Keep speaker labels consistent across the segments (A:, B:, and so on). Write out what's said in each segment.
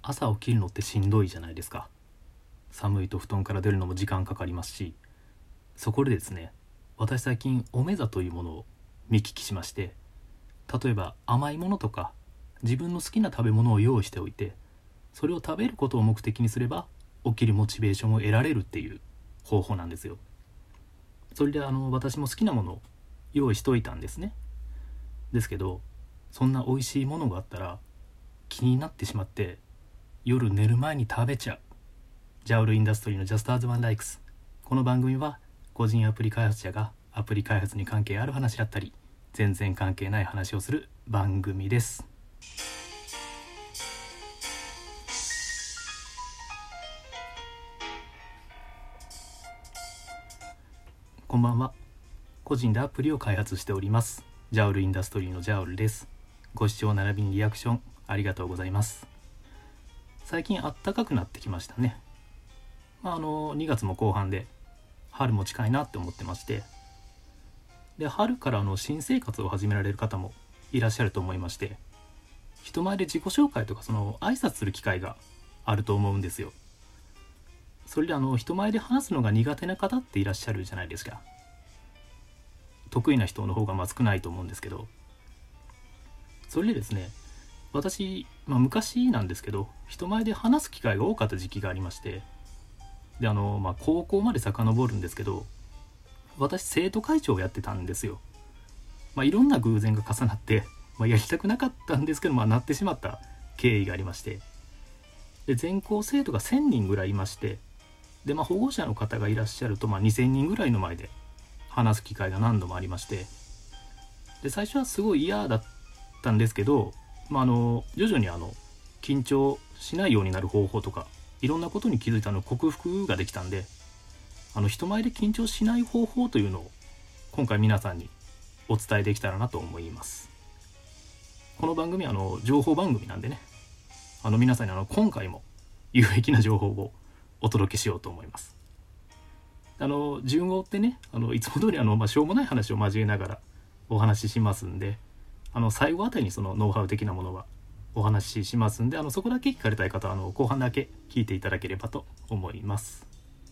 A: 朝起きるのってしんどいじゃないですか。寒いと布団から出るのも時間かかりますし、そこでですね、私最近おめざというものを見聞きしまして、例えば甘いものとか自分の好きな食べ物を用意しておいて、それを食べることを目的にすれば起きるモチベーションを得られるっていう方法なんですよ。それで私も好きなものを用意しといたんですね。ですけど、そんな美味しいものがあったら気になってしまって夜寝る前に食べちゃう。ジャウルインダストリーの Just as One Likes。 この番組は個人アプリ開発者がアプリ開発に関係ある話だったり全然関係ない話をする番組です。こんばんは。個人でアプリを開発しておりますジャウルインダストリーのジャウルです。ご視聴並びにリアクションありがとうございます。最近暖かくなってきましたね。2月も後半で春も近いなって思ってまして、で春から新生活を始められる方もいらっしゃると思いまして、人前で自己紹介とか挨拶する機会があると思うんですよ。それで人前で話すのが苦手な方っていらっしゃるじゃないですか。得意な人の方が少ないと思うんですけど、それでですね、私、昔なんですけど人前で話す機会が多かった時期がありまして、で高校まで遡るんですけど、私生徒会長をやってたんですよ。いろんな偶然が重なって、やりたくなかったんですけど、なってしまった経緯がありまして、で全校生徒が1000人ぐらいいまして、で保護者の方がいらっしゃると2000人ぐらいの前で話す機会が何度もありまして、で最初はすごい嫌だったんですけど、徐々に緊張しないようになる方法とかいろんなことに気づいたの克服ができたんで、人前で緊張しない方法というのを今回皆さんにお伝えできたらなと思います。この番組は情報番組なんでね、皆さんに今回も有益な情報をお届けしようと思います。順を追ってね、いつも通りしょうもない話を交えながらお話ししますんで、最後あたりにそのノウハウ的なものはお話ししますんで、そこだけ聞かれたい方は後半だけ聞いていただければと思います。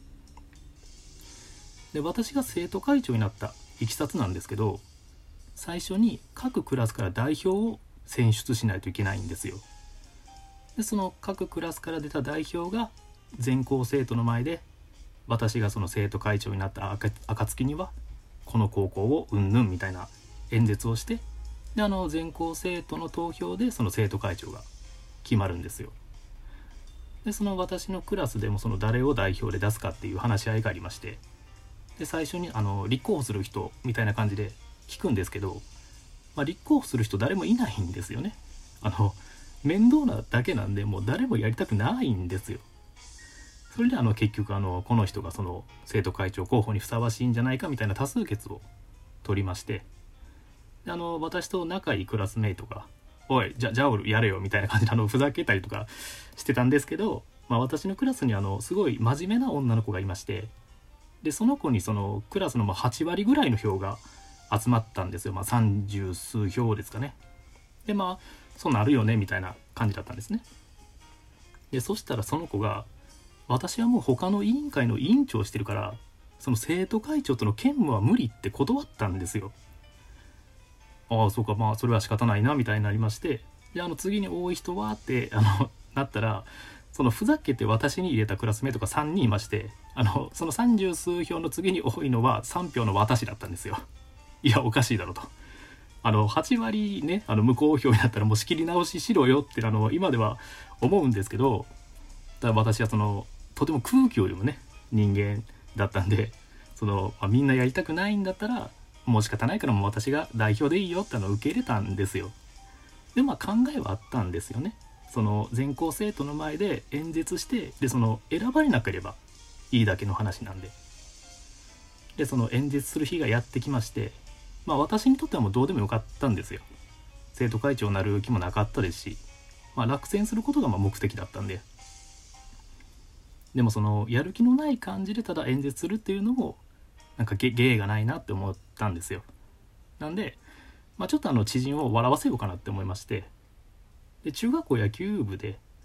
A: で私が生徒会長になったいきさつなんですけど、最初に各クラスから代表を選出しないといけないんですよ。でその各クラスから出た代表が全校生徒の前で、私がその生徒会長になった暁にはこの高校をうんぬんみたいな演説をして、で全校生徒の投票でその生徒会長が決まるんですよ。でその私のクラスでもその誰を代表で出すかっていう話し合いがありまして、で最初に立候補する人みたいな感じで聞くんですけど、立候補する人誰もいないんですよね。面倒なだけなんで、もう誰もやりたくないんですよ。それで結局この人がその生徒会長候補にふさわしいんじゃないかみたいな多数決を取りまして、で私と仲いいクラスメイトがおいじゃあ俺やれよみたいな感じでふざけたりとかしてたんですけど、私のクラスにすごい真面目な女の子がいまして、でその子にそのクラスの8割ぐらいの票が集まったんですよ。30数票ですかね。でそうなるよねみたいな感じだったんですね。でそしたらその子が、私はもう他の委員会の委員長をしてるからその生徒会長との兼務は無理って断ったんですよ。ああそうか、それは仕方ないなみたいになりまして、で次に多い人はってなったら、そのふざけて私に入れたクラスメートが3人いまして、その30数票の次に多いのは3票の私だったんですよ。いやおかしいだろと、8割ね無効票になったらもう仕切り直ししろよって今では思うんですけど、ただ私はとても空気を読むね人間だったんで、みんなやりたくないんだったらもう仕方ないからもう私が代表でいいよって受け入れたんですよ。で考えはあったんですよね。全校生徒の前で演説して、で選ばれなければいいだけの話なんで、で演説する日がやってきまして、私にとってはもうどうでもよかったんですよ。生徒会長になる気もなかったですし、落選することが目的だったんで。でもやる気のない感じでただ演説するっていうのもなんか芸がないなって思ったんですよ。なんで、ちょっと知人を笑わせようかなって思いまして、で中学校野球部で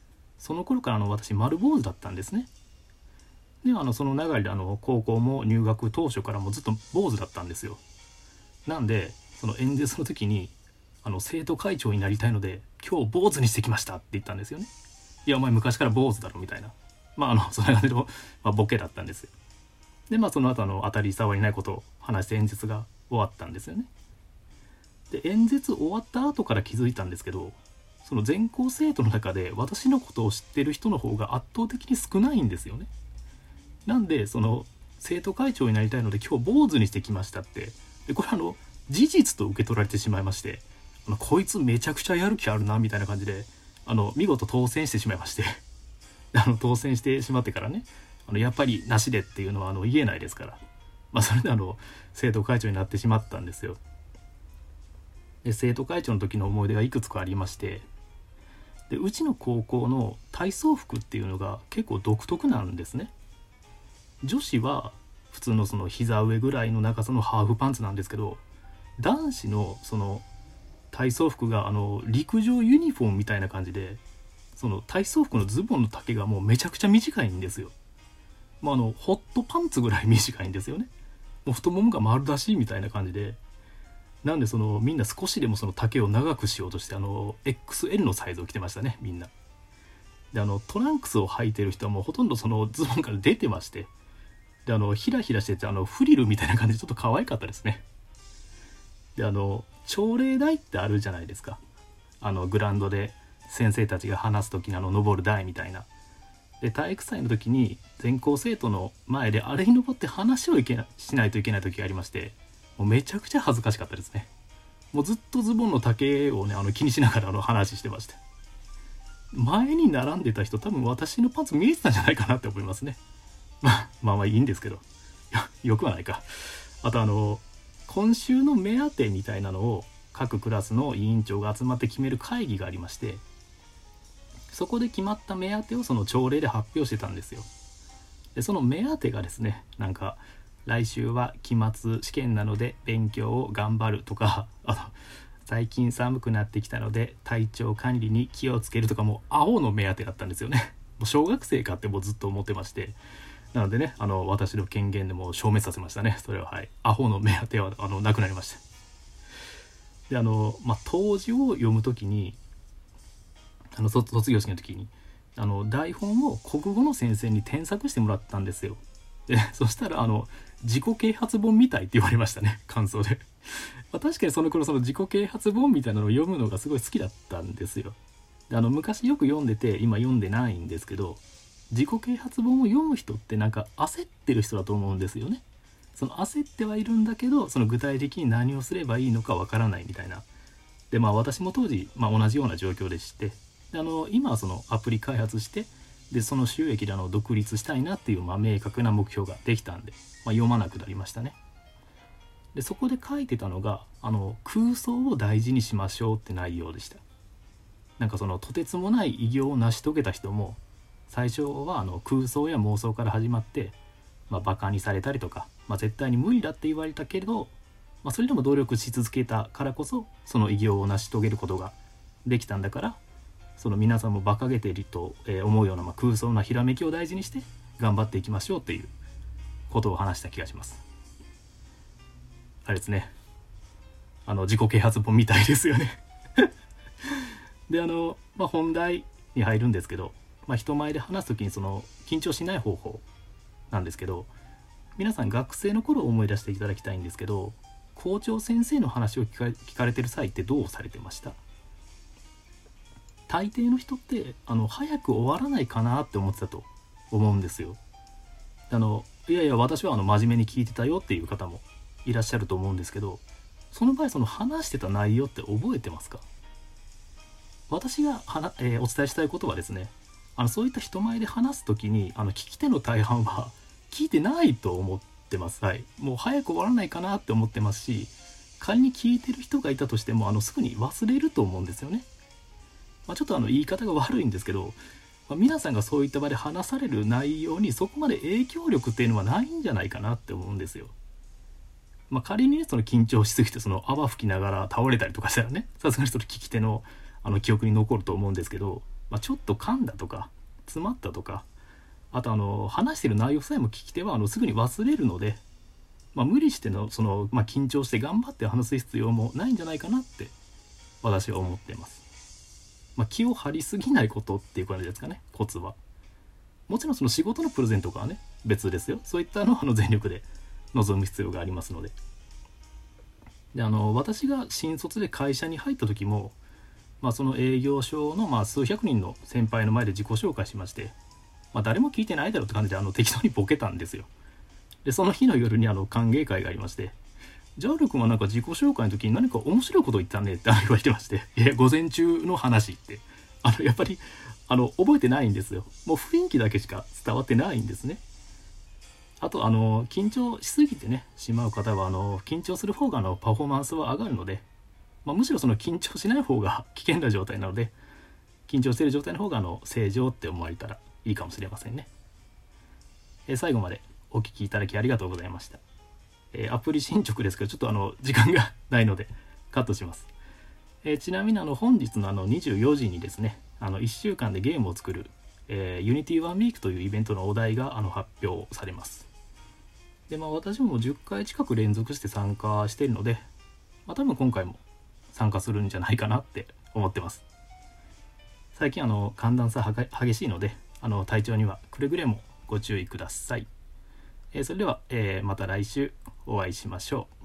A: その頃から私丸坊主だったんですね。でその流れで高校も入学当初からもずっと坊主だったんですよ。なんでその演説の時に生徒会長になりたいので今日坊主にしてきましたって言ったんですよね。いやお前昔から坊主だろみたいな、そんな感じの、ボケだったんですよ。でその後当たり障りないことを話して演説が終わったんですよね。で演説終わった後から気づいたんですけど、その全校生徒の中で私のことを知ってる人の方が圧倒的に少ないんですよね。なんでその生徒会長になりたいので今日坊主にしてきましたって、でこれ事実と受け取られてしまいまして、こいつめちゃくちゃやる気あるなみたいな感じで見事当選してしまいまして当選してしまってからね、やっぱりなしでっていうのは言えないですから、それで生徒会長になってしまったんですよ。で生徒会長の時の思い出がいくつかありまして、でうちの高校の体操服っていうのが結構独特なんですね。女子は普通のその膝上ぐらいの長さのハーフパンツなんですけど、男子のその体操服が陸上ユニフォームみたいな感じで、その体操服のズボンの丈がもうめちゃくちゃ短いんですよ。ホットパンツぐらい短いんですよね。もう太ももが丸出しみたいな感じで、なんでみんな少しでもその丈を長くしようとしてXL のサイズを着てましたねみんな。でトランクスを履いてる人はもうほとんどそのズボンから出てまして、でヒラヒラしててフリルみたいな感じでちょっと可愛かったですね。で朝礼台ってあるじゃないですか。グラウンドで先生たちが話す時に登る台みたいな。で体育祭の時に全校生徒の前であれに登って話をしないといけない時がありまして、もうめちゃくちゃ恥ずかしかったですね。もうずっとズボンの丈をね気にしながら話してまして、前に並んでた人多分私のパンツ見えてたんじゃないかなって思いますね。まあいいんですけど、よくはないか。あと今週の目当てみたいなのを各クラスの委員長が集まって決める会議がありまして、そこで決まった目当てをその朝礼で発表してたんですよ。でその目当てがですね、なんか来週は期末試験なので勉強を頑張るとか、最近寒くなってきたので体調管理に気をつけるとか、もう青の目当てだったんですよね。もう小学生かってもうずっと思ってまして、なのでね私の権限でもう消滅させましたね。それはアホの目当てはなくなりました。で当時を読むときに卒業式の時に台本を国語の先生に添削してもらったんですよ。でそしたら自己啓発本みたいって言われましたね、感想で。確かにその頃自己啓発本みたいなのを読むのがすごい好きだったんですよ。で昔よく読んでて今読んでないんですけど、自己啓発本を読む人ってなんか焦ってる人だと思うんですよね。その焦ってはいるんだけど、その具体的に何をすればいいのかわからないみたいな。で私も当時、同じような状況でして、で今はそのアプリ開発して、でその収益で独立したいなっていう、明確な目標ができたんで、読まなくなりましたね。でそこで書いてたのが空想を大事にしましょうって内容でした。なんかとてつもない偉業を成し遂げた人も最初は空想や妄想から始まって、バカにされたりとか、絶対に無理だって言われたけど、それでも努力し続けたからこそその偉業を成し遂げることができたんだから、その皆さんも馬鹿げていると思うような、空想なひらめきを大事にして頑張っていきましょうっていうことを話した気がします。あれですね、自己啓発本みたいですよねで本題に入るんですけど、人前で話す時に緊張しない方法なんですけど、皆さん学生の頃を思い出していただきたいんですけど、校長先生の話を聞かれてる際ってどうされてました？大抵の人って早く終わらないかなって思ってたと思うんですよ。いや私は真面目に聞いてたよっていう方もいらっしゃると思うんですけど、その場合話してた内容って覚えてますか？私がお伝えしたいことはですね、そういった人前で話す時に聞き手の大半は聞いてないと思ってます。もう早く終わらないかなって思ってますし、仮に聞いてる人がいたとしてもすぐに忘れると思うんですよね。ちょっと言い方が悪いんですけど、皆さんがそういった場で話される内容にそこまで影響力っていうのはないんじゃないかなって思うんですよ。仮に緊張しすぎて泡吹きながら倒れたりとかしたらね、さすがに聞き手の記憶に残ると思うんですけど、 ちょっと噛んだとか詰まったとか、あと話してる内容さえも聞き手はすぐに忘れるので、無理して緊張して頑張って話す必要もないんじゃないかなって私は思っています。気を張りすぎないことっていう感じですかね、コツは。もちろんその仕事のプレゼントとかはね別ですよ。そういったのは全力で臨む必要がありますので。で私が新卒で会社に入った時も、その営業所の数百人の先輩の前で自己紹介しまして、誰も聞いてないだろうって感じで適当にボケたんですよ。でその日の夜に歓迎会がありまして、ジャール君はなんか自己紹介の時に何か面白いこと言ったねって言われてまして、いや午前中の話ってやっぱり覚えてないんですよ。もう雰囲気だけしか伝わってないんですね。あと緊張しすぎてねしまう方は緊張する方がパフォーマンスは上がるので、むしろその緊張しない方が危険な状態なので、緊張している状態の方が正常って思われたらいいかもしれませんね。最後までお聞きいただきありがとうございました。アプリ進捗ですけどちょっと時間がないのでカットします。ちなみに本日の24時にですね1週間でゲームを作る、Unity One Week というイベントのお題が発表されます。で私も10回近く連続して参加しているので、多分今回も参加するんじゃないかなって思ってます。最近寒暖差激しいので体調にはくれぐれもご注意ください。それでは、また来週お会いしましょう。